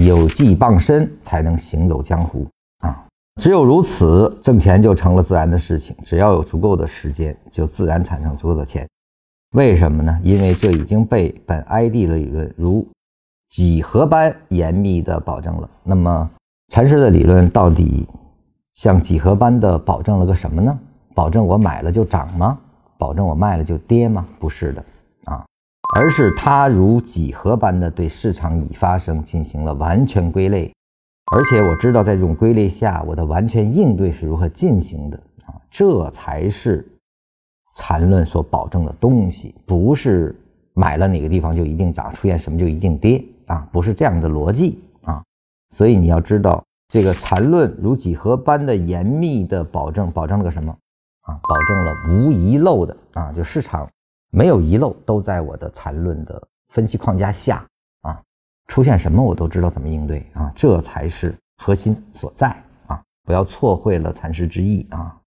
有计傍身，才能行走江湖啊。只有如此，挣钱就成了自然的事情。只要有足够的时间，就自然产生足够的钱。为什么呢？因为这已经被本 ID 的理论如几何般严密的保证了。那么禅师的理论到底像几何般的保证了个什么呢？保证我买了就涨吗？保证我卖了就跌吗？不是的啊，而是它如几何般的对市场已发生进行了完全归类，而且我知道在这种归类下，我的完全应对是如何进行的啊，这才是禅论所保证的东西，不是买了哪个地方就一定涨，出现什么就一定跌啊，不是这样的逻辑啊。所以你要知道，这个禅论如几何般的严密的保证了个什么啊？保证了无遗漏的啊，就市场没有遗漏，都在我的禅论的分析框架下啊，出现什么我都知道怎么应对啊，这才是核心所在啊，不要错会了禅师之意啊。